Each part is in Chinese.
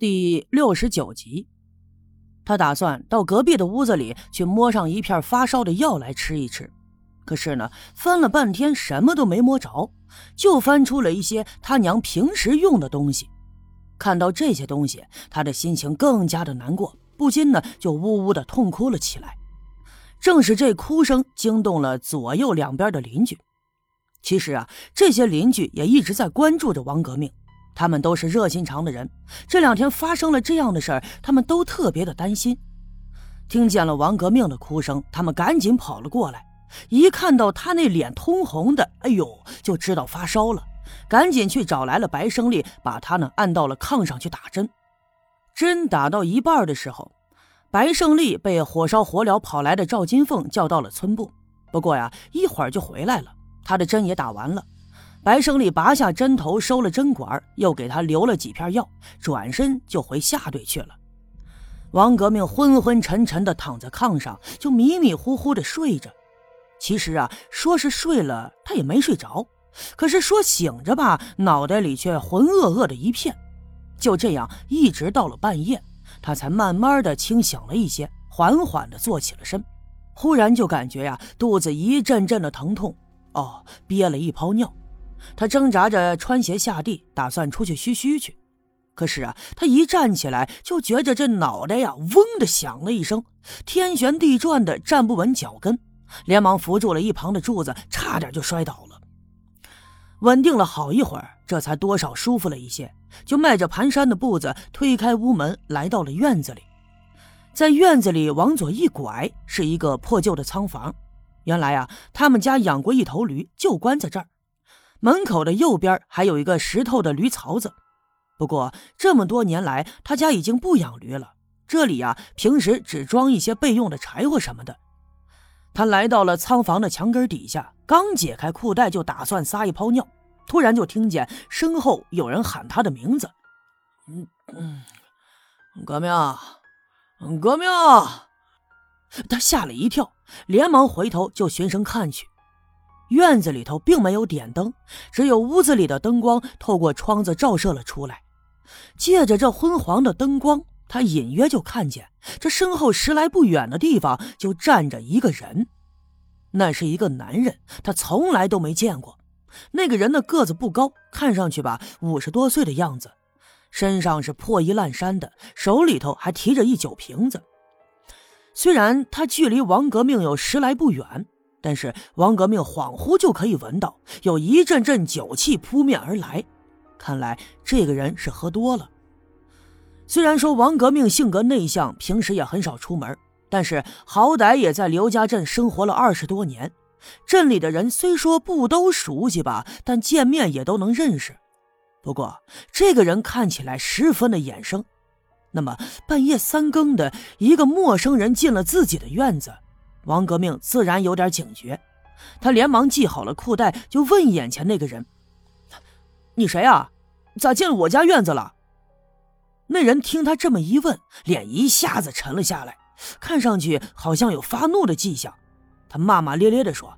第69集。他打算到隔壁的屋子里去摸上一片发烧的药来吃一吃，可是呢，翻了半天什么都没摸着，就翻出了一些他娘平时用的东西。看到这些东西，他的心情更加的难过，不禁呢就呜呜的痛哭了起来。正是这哭声惊动了左右两边的邻居。其实啊，这些邻居也一直在关注着王革命，他们都是热心肠的人，这两天发生了这样的事儿，他们都特别的担心。听见了王革命的哭声，他们赶紧跑了过来，一看到他那脸通红的，哎呦，就知道发烧了，赶紧去找来了白胜利，把他呢按到了炕上去打针。针打到一半的时候，白胜利被火烧火燎跑来的赵金凤叫到了村部，不过呀，一会儿就回来了，他的针也打完了。白胜利拔下针头，收了针管，又给他留了几片药，转身就回下队去了。王革命昏昏沉沉地躺在炕上，就迷迷糊糊地睡着。其实啊，说是睡了，他也没睡着，可是说醒着吧，脑袋里却浑噩噩的一片。就这样一直到了半夜，他才慢慢地清醒了一些，缓缓地坐起了身。忽然就感觉呀，肚子一阵阵的疼痛，憋了一泡尿。他挣扎着穿鞋下地，打算出去嘘嘘去。可是啊，他一站起来，就觉着这脑袋呀，嗡的响了一声，天旋地转的站不稳脚跟，连忙扶住了一旁的柱子，差点就摔倒了。稳定了好一会儿，这才多少舒服了一些，就迈着蹒跚的步子推开屋门，来到了院子里。在院子里往左一拐，是一个破旧的仓房。原来啊，他们家养过一头驴，就关在这儿。门口的右边还有一个石头的驴槽子，不过这么多年来他家已经不养驴了，这里啊平时只装一些备用的柴火什么的。他来到了仓房的墙根底下，刚解开裤带就打算撒一泡尿，突然就听见身后有人喊他的名字。革命，革命！他吓了一跳，连忙回头就循声看去。院子里头并没有点灯，只有屋子里的灯光透过窗子照射了出来。借着这昏黄的灯光，他隐约就看见这身后10来步远的地方就站着一个人。那是一个男人，他从来都没见过。那个人的个子不高，看上去吧50多岁的样子，身上是破衣烂衫的，手里头还提着一酒瓶子。虽然他距离王革命有10来步远，但是王革命恍惚就可以闻到有一阵阵酒气扑面而来，看来这个人是喝多了。虽然说王革命性格内向，平时也很少出门，但是好歹也在刘家镇生活了20多年，镇里的人虽说不都熟悉吧，但见面也都能认识。不过这个人看起来十分的眼生，那么半夜3更的一个陌生人进了自己的院子，王革命自然有点警觉，他连忙系好了裤带，就问眼前那个人：你谁啊？咋进了我家院子了？那人听他这么一问，脸一下子沉了下来，看上去好像有发怒的迹象。他骂骂咧咧地说：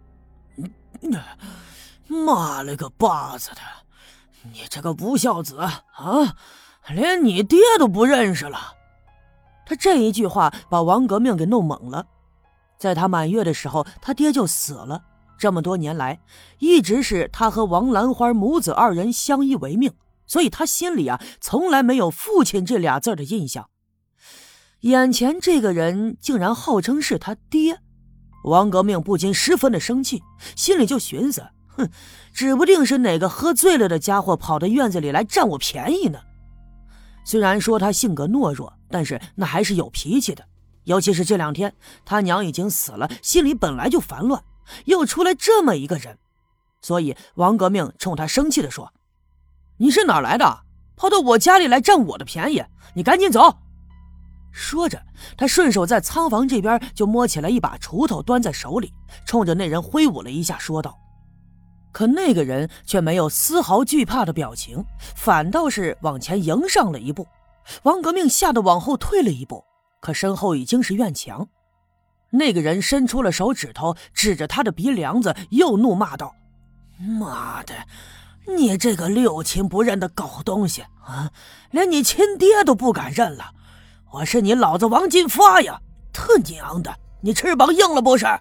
妈了个巴子的，你这个不孝子啊，连你爹都不认识了。他这一句话把王革命给弄懵了。在他满月的时候，他爹就死了，这么多年来一直是他和王兰花母子2人相依为命，所以他心里啊从来没有父亲这俩字的印象。眼前这个人竟然号称是他爹，王革命不禁十分的生气，心里就寻思，指不定是哪个喝醉了的家伙跑到院子里来占我便宜呢。虽然说他性格懦弱，但是那还是有脾气的，尤其是这2天他娘已经死了，心里本来就烦乱，又出来这么一个人，所以王革命冲他生气地说：你是哪儿来的？跑到我家里来占我的便宜，你赶紧走！说着他顺手在仓房这边就摸起来一把锄头端在手里，冲着那人挥舞了一下，说道。可那个人却没有丝毫惧怕的表情，反倒是往前迎上了一步。王革命吓得往后退了一步，可身后已经是院墙。那个人伸出了手指头，指着他的鼻梁子，又怒骂道：妈的， 你这个六亲不认的狗东西啊，连你亲爹都不敢认了！我是你老子王金发呀！他娘的，你翅膀硬了不是？”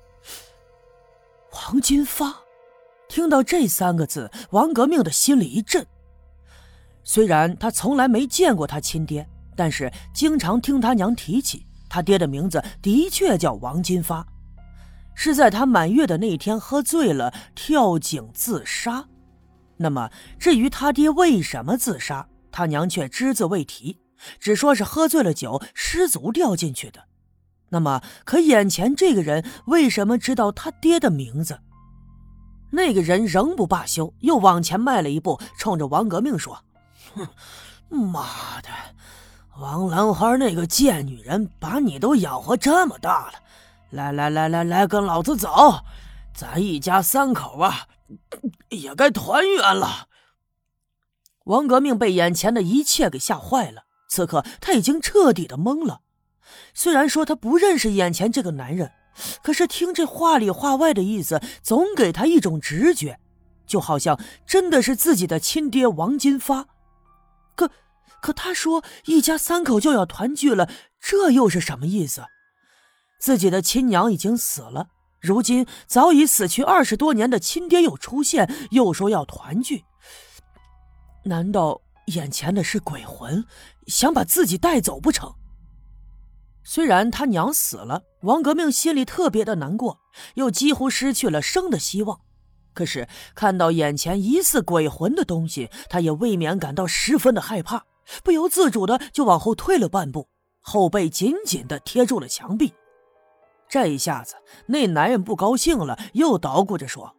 王金发听到这3个字，王革命的心里一震。虽然他从来没见过他亲爹，但是经常听他娘提起，他爹的名字的确叫王金发，是在他满月的那天喝醉了跳井自杀。那么至于他爹为什么自杀，他娘却只字未提，只说是喝醉了酒失足掉进去的。那么可眼前这个人为什么知道他爹的名字？那个人仍不罢休，又往前迈了一步，冲着王革命说：“哼，妈的，王兰花那个贱女人把你都养活这么大了，来，跟老子走，咱一家3口啊也该团圆了。”王革命被眼前的一切给吓坏了，此刻他已经彻底的懵了。虽然说他不认识眼前这个男人，可是听这话里话外的意思，总给他一种直觉，就好像真的是自己的亲爹王金发。可他说一家3口就要团聚了，这又是什么意思？自己的亲娘已经死了，如今早已死去20多年的亲爹又出现，又说要团聚。难道眼前的是鬼魂，想把自己带走不成？虽然他娘死了，王革命心里特别的难过，又几乎失去了生的希望。可是看到眼前疑似鬼魂的东西，他也未免感到十分的害怕，不由自主的就往后退了半步，后背紧紧的贴住了墙壁。这一下子那男人不高兴了，又捣鼓着说：“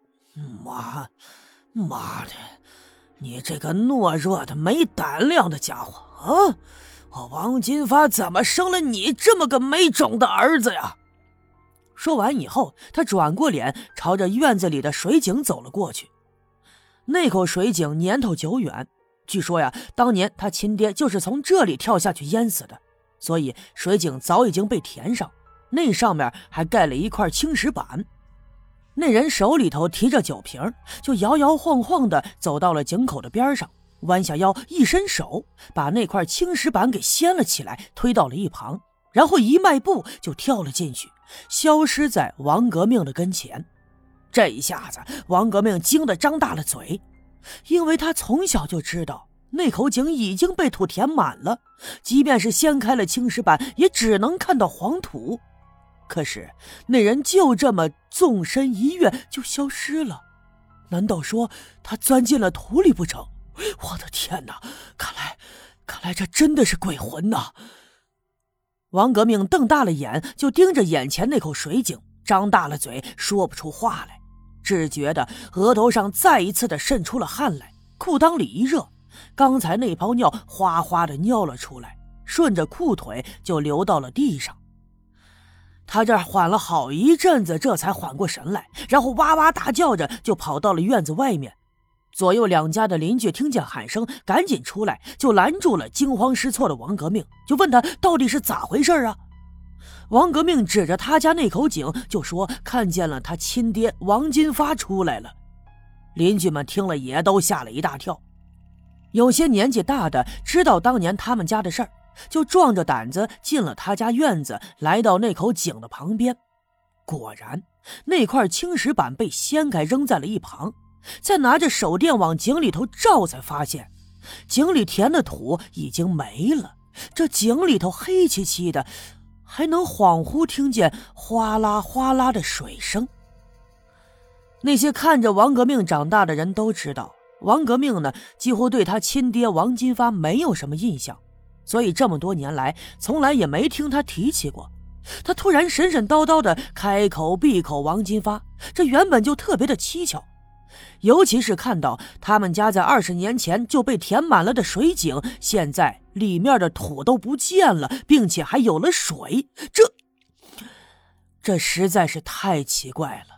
妈的，你这个懦弱的没胆量的家伙啊！我王金发怎么生了你这么个没种的儿子呀？”说完以后，他转过脸朝着院子里的水井走了过去。那口水井年头久远，据说呀，当年他亲爹就是从这里跳下去淹死的，所以水井早已经被填上，那上面还盖了一块青石板。那人手里头提着酒瓶，就摇摇晃晃地走到了井口的边上，弯下腰一伸手，把那块青石板给掀了起来，推到了一旁，然后一迈步就跳了进去，消失在王革命的跟前。这一下子王革命惊得张大了嘴，因为他从小就知道那口井已经被土填满了，即便是掀开了青石板也只能看到黄土。可是那人就这么纵身一跃就消失了，难道说他钻进了土里不成？我的天哪，看来这真的是鬼魂呐！王革命瞪大了眼，就盯着眼前那口水井，张大了嘴，说不出话来，只觉得额头上再一次的渗出了汗来，裤裆里一热，刚才那泡尿哗哗的尿了出来，顺着裤腿就流到了地上。他这缓了好一阵子，这才缓过神来，然后哇哇大叫着就跑到了院子外面。左右两家的邻居听见喊声，赶紧出来，就拦住了惊慌失措的王革命，就问他到底是咋回事啊？王革命指着他家那口井就说看见了他亲爹王金发出来了。邻居们听了也都吓了一大跳，有些年纪大的知道当年他们家的事儿，就壮着胆子进了他家院子，来到那口井的旁边。果然那块青石板被掀开扔在了一旁，再拿着手电往井里头照，才发现井里填的土已经没了，这井里头黑漆漆的，还能恍惚听见哗啦哗啦的水声。那些看着王革命长大的人都知道，王革命呢几乎对他亲爹王金发没有什么印象，所以这么多年来从来也没听他提起过。他突然神神叨叨的开口闭口王金发，这原本就特别的蹊跷，尤其是看到他们家在20年前就被填满了的水井，现在里面的土都不见了，并且还有了水，这实在是太奇怪了。